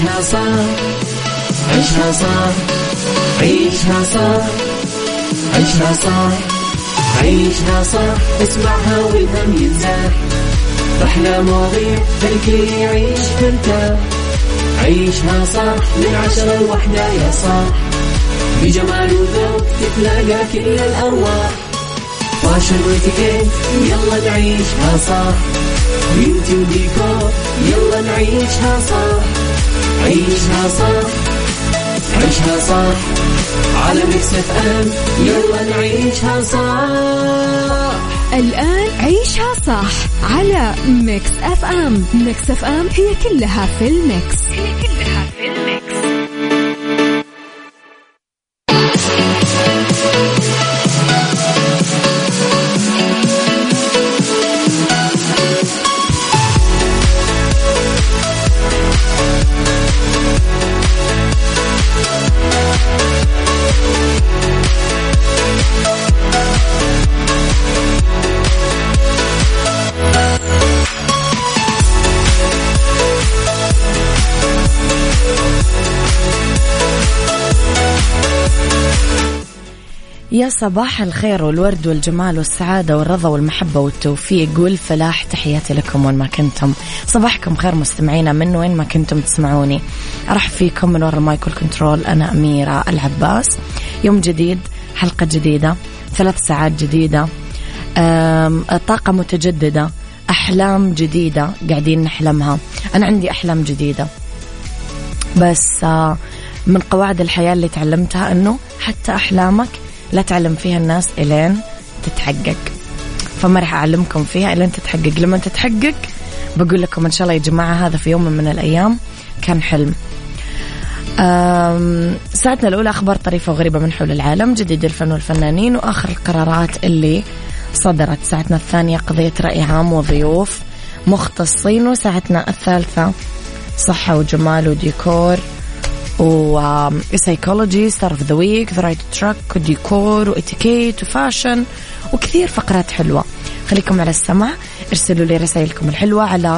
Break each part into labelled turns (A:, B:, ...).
A: عيشها صح عيشها صح عيشها صح عيشها صح عيشها صح اسمعها والهم ينزاح أحلى مواضيع خلي يعيش مرتاح عيشها صح من 10 ل1 يا صاح بجمال وذوق تتلاقى كل الأرواح فاشل واتيكيت يلا نعيشها صح بيوتي وديكور يلا نعيشها صح عيشها صح عيشها صح على ميكس اف ام يلا نعيشها صح.
B: الآن عيشها صح على ميكس اف ام. ميكس اف ام هي كلها في الميكس.
C: يا صباح الخير والورد والجمال والسعادة والرضا والمحبة والتوفيق والفلاح، تحياتي لكم وين ما كنتم. صباحكم خير مستمعينا من وين ما كنتم تسمعوني. أرحب فيكم من وراء المايك والكنترول، أنا أميرة العباس. يوم جديد، حلقة جديدة، 3 ساعات جديدة، طاقة متجددة، أحلام جديدة قاعدين نحلمها. أنا عندي أحلام جديدة، بس من قواعد الحياة اللي تعلمتها أنه حتى أحلامك لا تعلم فيها الناس إلين تتحقق، فما رح أعلمكم فيها إلين تتحقق. لما تتحقق بقول لكم إن شاء الله يا جماعة هذا في يوم من الأيام كان حلم. ساعتنا الأولى أخبار طريفة وغريبة من حول العالم، جديد الفن والفنانين وآخر القرارات اللي صدرت. ساعتنا الثانية قضية رأي عام وضيوف مختصين، وساعتنا الثالثة صحة وجمال وديكور وسايكولوجي، ستار اوف ذا ويك، ذا رايت تراك، وديكور واتيكيت وفاشن وكثير فقرات حلوة. خليكم على السمع، ارسلوا لي رسائلكم الحلوة على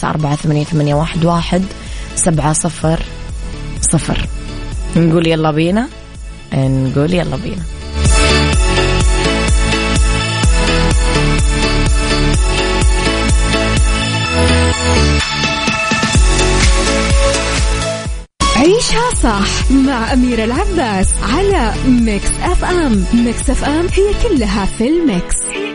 C: 0548811700. نقول يلا بينا، نقول يلا بينا.
B: عيشها صح مع أميرة العباس على ميكس اف ام. ميكس اف ام هي كلها في الميكس.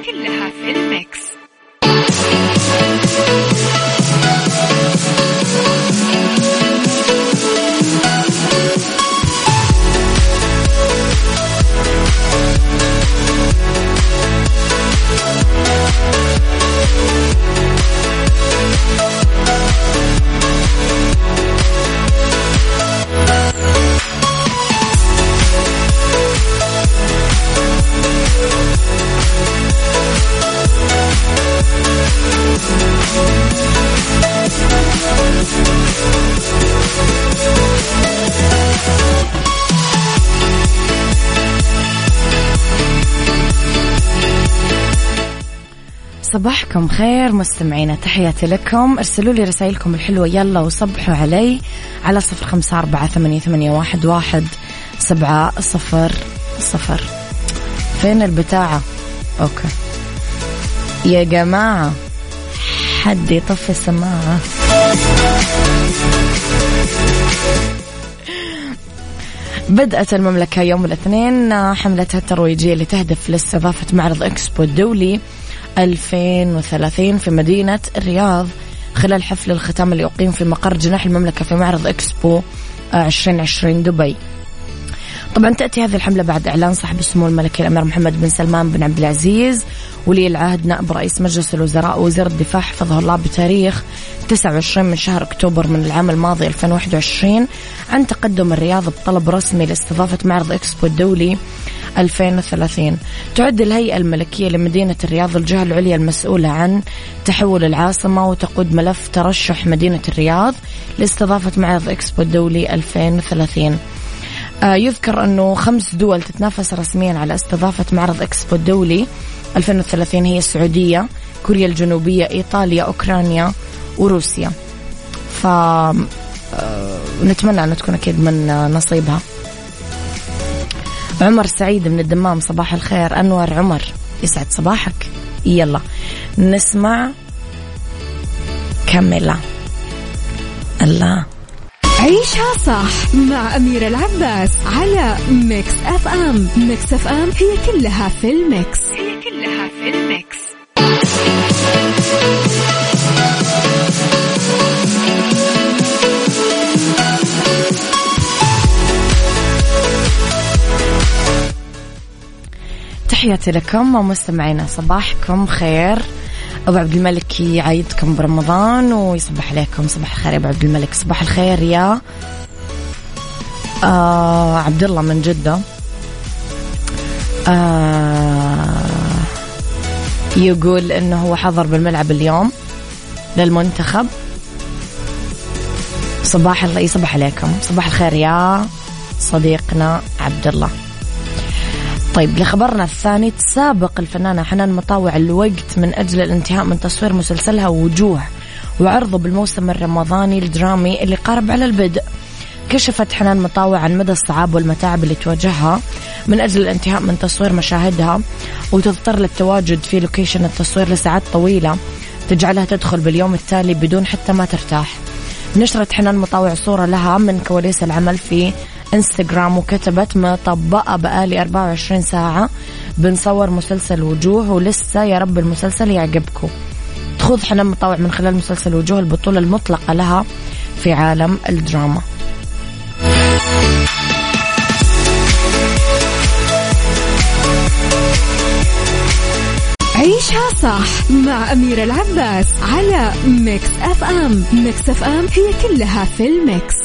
C: صباحكم خير مستمعينا، تحياتي لكم. ارسلوا لي رسائلكم الحلوة يلا وصبحوا علي على 0548811700. فين البتاعة؟ اوكي يا جماعة، حد يطفي السماعة. بدأت المملكة يوم الاثنين حملتها الترويجية اللي تهدف لاستضافة معرض إكسبو الدولي 2030 في مدينة الرياض خلال حفل الختام اللي يقيم في مقر جناح المملكة في معرض إكسبو 2020 دبي. طبعا تأتي هذه الحملة بعد إعلان صاحب السمو الملكي الأمير محمد بن سلمان بن عبد العزيز ولي العهد نائب رئيس مجلس الوزراء ووزير الدفاع حفظه الله بتاريخ 29 من شهر أكتوبر من العام الماضي 2021 عن تقدم الرياض بطلب رسمي لاستضافة معرض إكسبو الدولي 2030. تعد الهيئة الملكية لمدينة الرياض الجهة العليا المسؤولة عن تحول العاصمة، وتقود ملف ترشح مدينة الرياض لاستضافة معرض إكسبو الدولي 2030. يذكر أنه 5 دول تتنافس رسميا على استضافة معرض إكسبو الدولي 2030 هي السعودية، كوريا الجنوبية، إيطاليا، أوكرانيا وروسيا. ونتمنى أن تكون أكيد من نصيبها. عمر سعيد من الدمام صباح الخير. أنور عمر يسعد صباحك. يلا نسمع كاميلا. الله.
B: عيشها صح مع أميرة العباس على ميكس أف أم. ميكس أف أم هي كلها في الميكس.
C: تحياتي لكم ومستمعينا، صباحكم خير. أبو عبد الملك يعيدكم برمضان ويصبح عليكم. صباح الخير يا أبو عبد الملك. صباح الخير يا عبد الله من جدة. يقول إنه هو حضر بالملعب اليوم للمنتخب. صباح الله يصبح عليكم. صباح الخير يا صديقنا عبد الله. طيب لخبرنا الثاني، تسابق الفنانة حنان مطاوع الوقت من أجل الانتهاء من تصوير مسلسلها وجوه وعرضه بالموسم الرمضاني الدرامي اللي قارب على البدء. كشفت حنان مطاوع عن مدى الصعاب والمتاعب اللي تواجهها من أجل الانتهاء من تصوير مشاهدها، وتضطر للتواجد في لوكيشن التصوير لساعات طويلة تجعلها تدخل باليوم التالي بدون حتى ما ترتاح. نشرت حنان مطاوع صورة لها من كواليس العمل في انستغرام وكتبت: مطبقة بقالي 24 ساعة بنصور مسلسل وجوه ولسه يا رب المسلسل يعجبكم. تخوض حنان مطاوع من خلال مسلسل وجوه البطولة المطلقة لها في عالم الدراما.
B: عيشها صح مع أميرة العباس على ميكس أف أم. ميكس أف أم هي كلها في الميكس.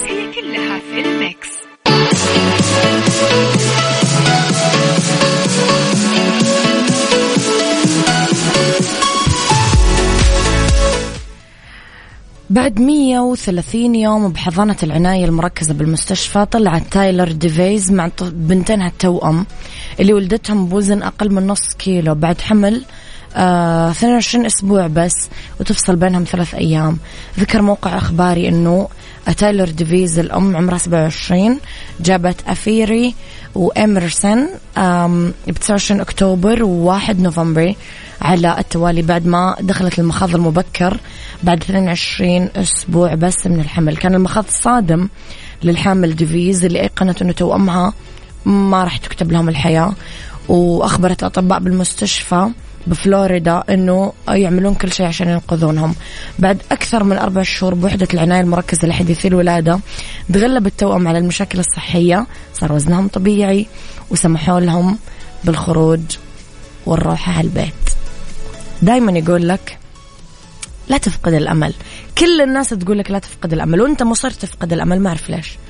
C: بعد 130 يوم بحضانة العناية المركزة بالمستشفى، طلعت تايلر ديفيز مع بنتينها التوأم اللي ولدتهم بوزن أقل من نص كيلو بعد حمل 22 أسبوع بس، وتفصل بينهم 3 أيام. ذكر موقع أخباري أنه تايلر ديفيز الأم عمرها 27 جابت أفيري وإمرسون ب 29 أكتوبر و1 نوفمبر على التوالي بعد ما دخلت المخاض المبكر بعد 22 أسبوع بس من الحمل. كان المخاض صادم للحامل ديفيز اللي أيقنت أنه توأمها ما راح تكتب لهم الحياة، وأخبرت الأطباء بالمستشفى بفلوريدا أنه يعملون كل شيء عشان ينقذونهم. بعد أكثر من 4 شهور بوحدة العناية المركزة لحديثي الولادة، تغلب التوأم على المشاكل الصحية، صار وزنهم طبيعي وسمحوا لهم بالخروج والروحة على البيت. دايما يقول لك لا تفقد الأمل. كل الناس تقول لك لا تفقد الأمل وانت مصر تفقد الأمل، ما أعرف ليش.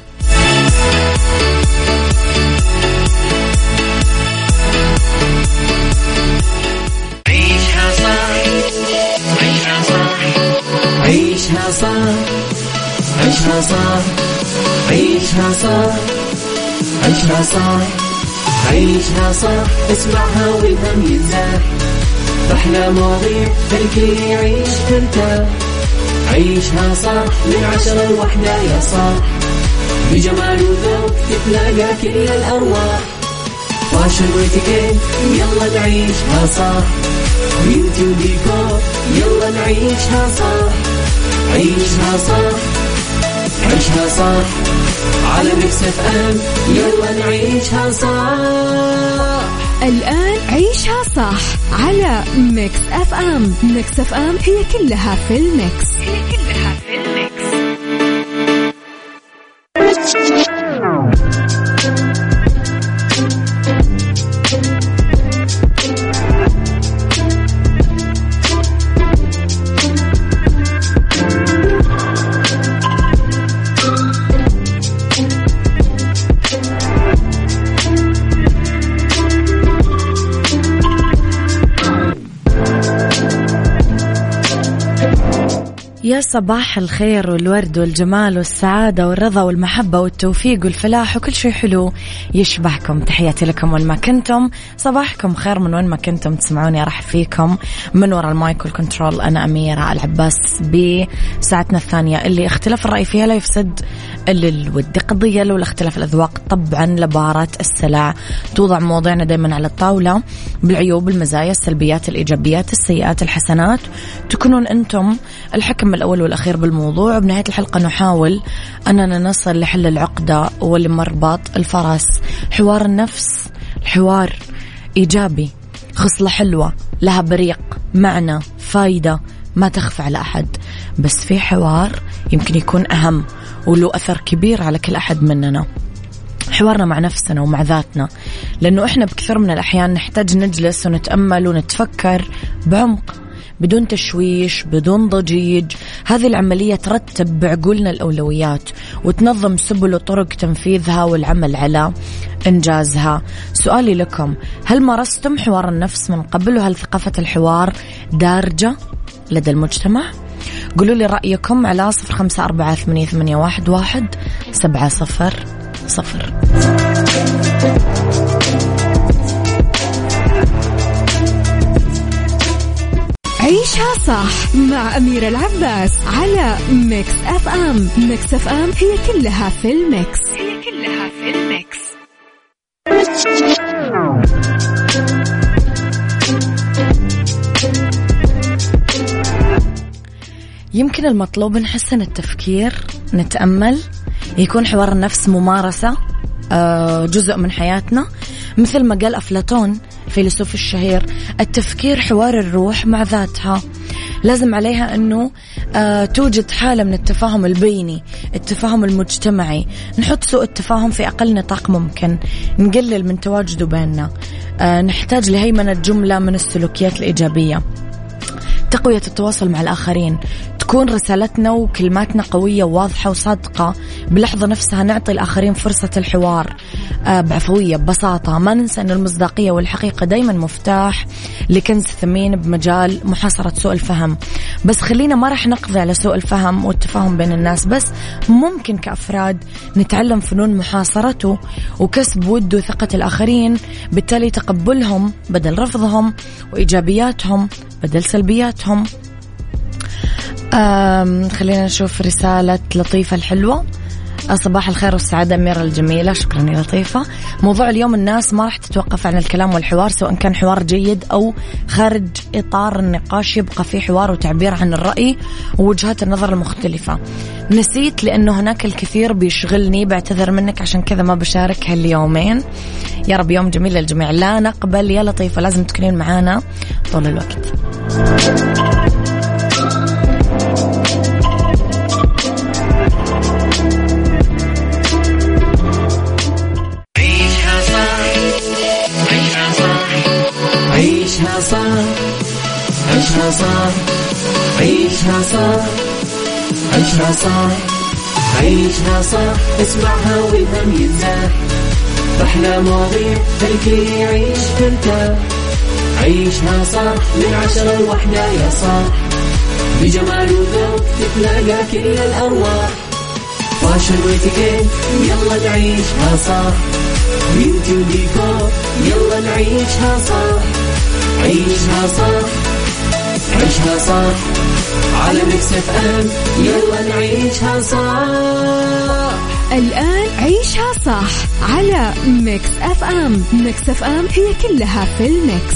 A: عيشها صح، عيشها صح، عيشها صح، عيشها صح، عيشها صح، عيشها صح، عيشها صح، اسمعها والهم ينزاح، أحلى مواضيع الكل يعيش ترتاح. عيشها صح من 10 ل1 يا صاح، بجمال وذوق تتلاقى كل الأرواح. فاشل واتيكيت يلا نعيشها صح، بيوتي وديكور يلا نعيشها صح. عيشها صح، عيشها صح، على ميكس اف ام يلا نعيشها صح.
B: الآن عيشها صح على ميكس أف أم. ميكس أف أم هي كلها في الميكس.
C: يا صباح الخير والورد والجمال والسعادة والرضا والمحبة والتوفيق والفلاح وكل شيء حلو يشبهكم. تحياتي لكم وين ما كنتم، صباحكم خير من وين ما كنتم تسمعوني. أرحب فيكم من وراء المايك والكنترول، أنا أميرة العباس بساعتنا الثانية اللي اختلاف الرأي فيها لا يفسد للود قضية لولا اختلاف الأذواق طبعا لبارة السلع. توضع مواضيعنا دايما على الطاولة بالعيوب، المزايا، السلبيات، الإيجابيات، السيئات، الحسنات. تكونون أنتم الحكم الأول والأخير بالموضوع. وبنهاية الحلقة نحاول أننا نصل لحل العقدة ولمربط الفرس. حوار النفس الحوار إيجابي، خصلة حلوة، لها بريق، معنى، فايدة ما تخفى على أحد. بس في حوار يمكن يكون أهم وله أثر كبير على كل أحد مننا، حوارنا مع نفسنا ومع ذاتنا. لأنه إحنا بكثير من الأحيان نحتاج نجلس ونتأمل ونتفكر بعمق بدون تشويش بدون ضجيج. هذه العملية ترتب بعقولنا الأولويات وتنظم سبل وطرق تنفيذها والعمل على إنجازها. سؤالي لكم، هل مارستم حوار النفس من قبل؟ وهل ثقافة الحوار دارجة لدى المجتمع؟ قولوا لي رأيكم على 0548811700.
B: عيشها صح مع أميرة العباس على ميكس أف أم. ميكس أف أم هي كلها في الميكس.
C: يمكن المطلوب نحسن التفكير، نتأمل، يكون حوار النفس ممارسة جزء من حياتنا. مثل ما قال أفلاطون الفيلسوف الشهير، التفكير حوار الروح مع ذاتها. لازم عليها أنه توجد حالة من التفاهم البيني، التفاهم المجتمعي. نحط سوء التفاهم في أقل نطاق ممكن، نقلل من تواجده بيننا. نحتاج لهيمنة جملة من السلوكيات الإيجابية، تقوية التواصل مع الآخرين، تكون رسالتنا وكلماتنا قوية وواضحة وصادقة. بلحظة نفسها نعطي الآخرين فرصة الحوار بعفوية ببساطة. ما ننسى أن المصداقية والحقيقة دايما مفتاح لكنز ثمين بمجال محاصرة سوء الفهم. بس خلينا ما رح نقضي على سوء الفهم والتفاهم بين الناس، بس ممكن كأفراد نتعلم فنون محاصرته وكسب ود وثقة الآخرين، بالتالي تقبلهم بدل رفضهم وإيجابياتهم بدل سلبياتهم. خلينا نشوف رسالة لطيفة الحلوة. صباح الخير والسعادة أميرة الجميلة، شكرا يا لطيفة. موضوع اليوم، الناس ما راح تتوقف عن الكلام والحوار سواء كان حوار جيد أو خارج إطار النقاش. يبقى في حوار وتعبير عن الرأي ووجهات النظر المختلفة. نسيت لأنه هناك الكثير بيشغلني، بعتذر منك عشان كذا ما بشارك هاليومين. يا رب يوم جميل للجميع. لا نقبل يا لطيفة، لازم تكونين معانا طول الوقت.
A: عيشها صح عيشها صح عيشها صح عيشها صح عيشها صح اسمعها والهم ينزاح، أحلى مواضيع الكل يعيش مرتاح. عيشها صح من 10 ل1 يا صاح، بجمال وذوق تتلاقى كل الأرواح. فاشل واتيكيت يلا نعيشها صح، بيوتي وديكور يلا نعيشها صح. عيشها صح عيشها صح على ميكس اف ام، يلا نعيشها صح.
B: الآن عيشها صح على ميكس أف أم. ميكس أف أم هي كلها في الميكس.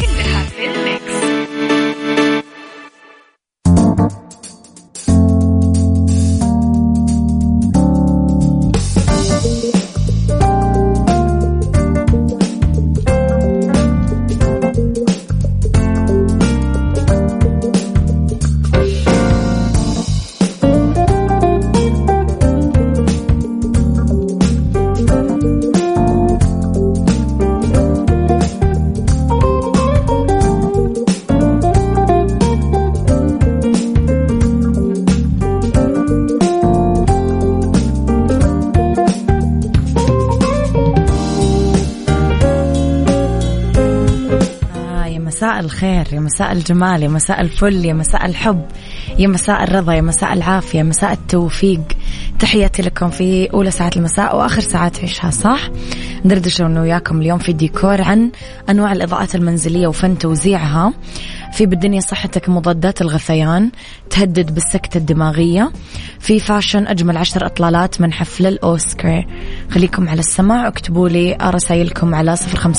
C: مساء الخير، يا مساء الجمال، يا مساء الفل، يا مساء الحب، يا مساء الرضا، يا مساء العافية، مساء التوفيق. تحياتي لكم في أولى ساعات المساء وآخر ساعات عيشها صح. ندردش أنا وياكم اليوم في ديكور عن أنواع الإضاءات المنزلية وفن توزيعها. في بالدنيا صحتك مضادات الغثيان تهدد بالسكتة الدماغية. في فاشن أجمل 10 إطلالات من حفل الأوسكار. خليكم على السماع، اكتبوا لي رسائلكم على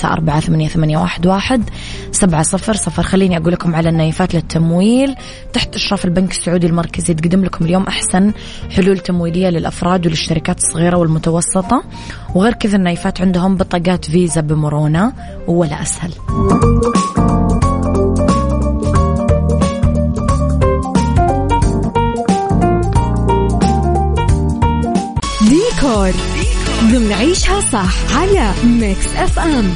C: 0548811700. خليني أقول لكم على النايفات للتمويل تحت إشراف البنك السعودي المركزي. تقدم لكم اليوم أحسن حلول تمويلية للأفراد وللشركات الصغيرة والمتوسطة، وغير كذا النايفات عندهم بطاقات فيزا بمرونة ولا أسهل.
B: ديكور ضمن عيشها صح على ميكس اف ام.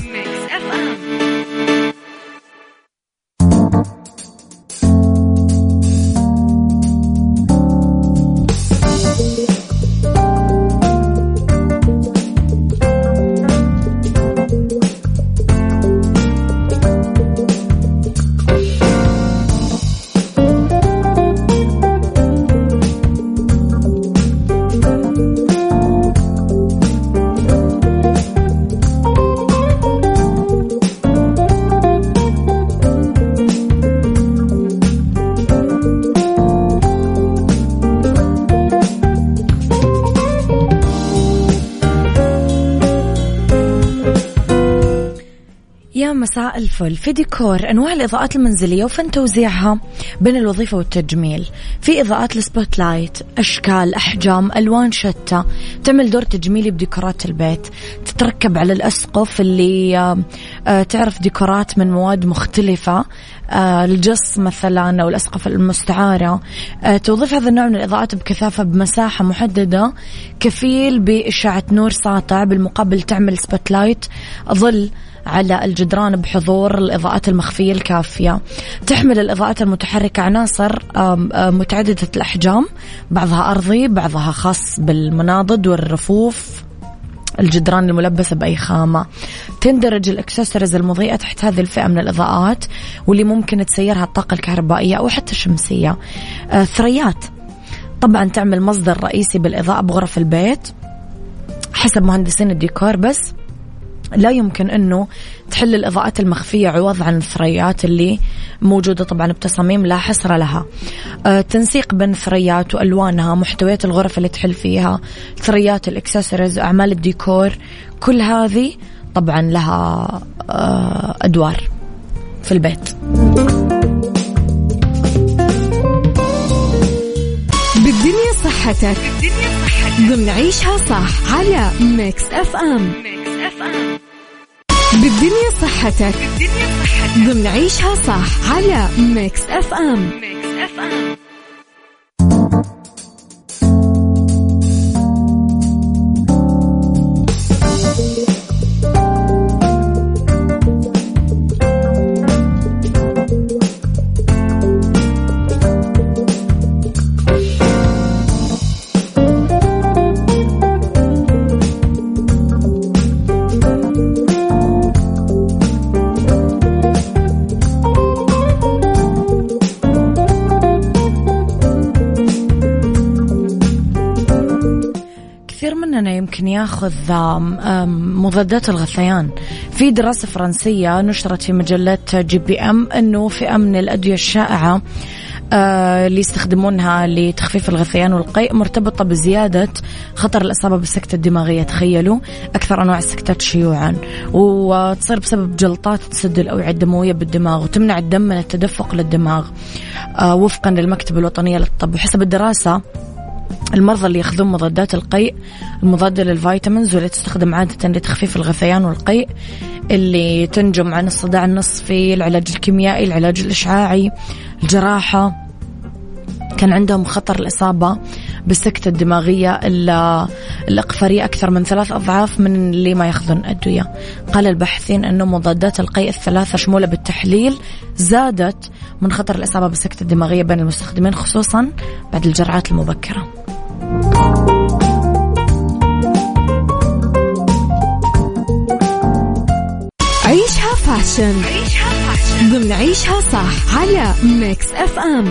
B: مساء الفل. في ديكور أنواع الإضاءات المنزلية وفن توزيعها بين الوظيفة والتجميل. في إضاءات السبوت لايت، أشكال، أحجام، ألوان شتى، تعمل دور تجميلي بديكورات البيت. تتركب على الأسقف اللي تعرف ديكورات من مواد مختلفة، الجص مثلا أو الأسقف المستعارة. توظيف هذا النوع من الإضاءات بكثافة بمساحة محددة كفيل بإشعة نور ساطع. بالمقابل تعمل سبوت لايت ظل على الجدران بحضور الإضاءات المخفية الكافية. تحمل الإضاءات المتحركة عناصر متعددة الأحجام، بعضها أرضي بعضها خاص بالمناضد والرفوف، الجدران الملبسة بأي خامة. تندرج الأكسسوارز المضيئة تحت هذه الفئة من الإضاءات، واللي ممكن تسيرها الطاقة الكهربائية أو حتى الشمسية. ثريات طبعا تعمل مصدر رئيسي بالإضاءة بغرف البيت حسب مهندسين الديكور، بس لا يمكن أنه تحل الإضاءات المخفية عوض عن الثريات اللي موجودة طبعا بتصاميم لا حصر لها. تنسيق بين الثريات وألوانها، محتويات الغرف اللي تحل فيها، ثريات الإكسسوارز، أعمال الديكور، كل هذه طبعا لها أدوار في البيت. بالدنيا صحتك ضمن عيشها صح على ميكس اف ام. بالدنيا صحتك ضمن عيشها صح على ميكس اف ام.
C: يمكن ياخذ مضادات الغثيان. في دراسة فرنسية نشرت في مجلة GPM أنه فئة من الأدوية الشائعة اللي يستخدمونها لتخفيف الغثيان والقيء مرتبطة بزيادة خطر الإصابة بالسكتة الدماغية. تخيلوا، أكثر أنواع السكتات شيوعا، وتصير بسبب جلطات تسد الأوعية الدموية بالدماغ وتمنع الدم من التدفق للدماغ وفقا للمكتبة الوطنية للطب. وحسب الدراسة المرضى اللي يأخذون مضادات القيء المضادة للفيتامينز واللي تستخدم عادة لتخفيف الغثيان والقيء، اللي تنجم عن الصداع النصفي، العلاج الكيميائي، العلاج الإشعاعي، الجراحة، كان عندهم خطر الإصابة بالسكتة الدماغية الإقفارية أكثر من 3 أضعاف من اللي ما يأخذون أدوية. قال الباحثين أنه مضادات القيء الثلاثة شمولة بالتحليل زادت من خطر الإصابة بالسكتة الدماغية بين المستخدمين، خصوصا بعد الجرعات المبكرة.
B: عيشها فاشن ضمن عيشها صح على ميكس اف ام.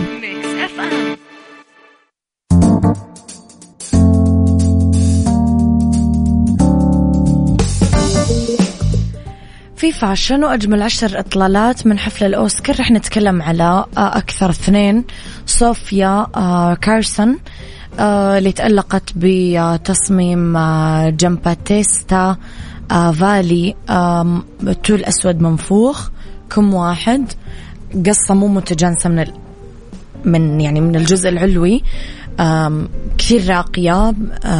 B: في فاشن وأجمل 10 إطلالات من حفل الأوسكار. رح نتكلم على أكثر 2. صوفيا كارسون اللي تألقت بتصميم جامباتيستا فالي، تول أسود منفوخ، كم واحد، قصة مو متجانسة من الجزء العلوي، كثير راقية،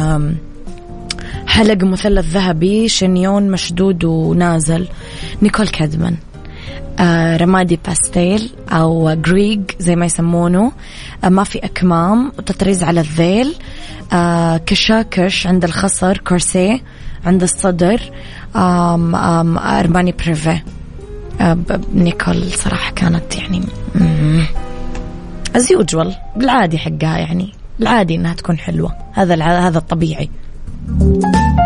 B: حلق مثلث ذهبي، شنيون مشدود ونازل. نيكول كادمان رمادي باستيل أو غريغ زي ما يسمونه، ما في أكمام وتطريز على الذيل، كشاكش عند الخصر، كورسيه عند الصدر، أرماني بريفي. نيكول صراحة كانت يعني as usual بالعادي حقها، يعني العادي إنها تكون حلوة، هذا الطبيعي.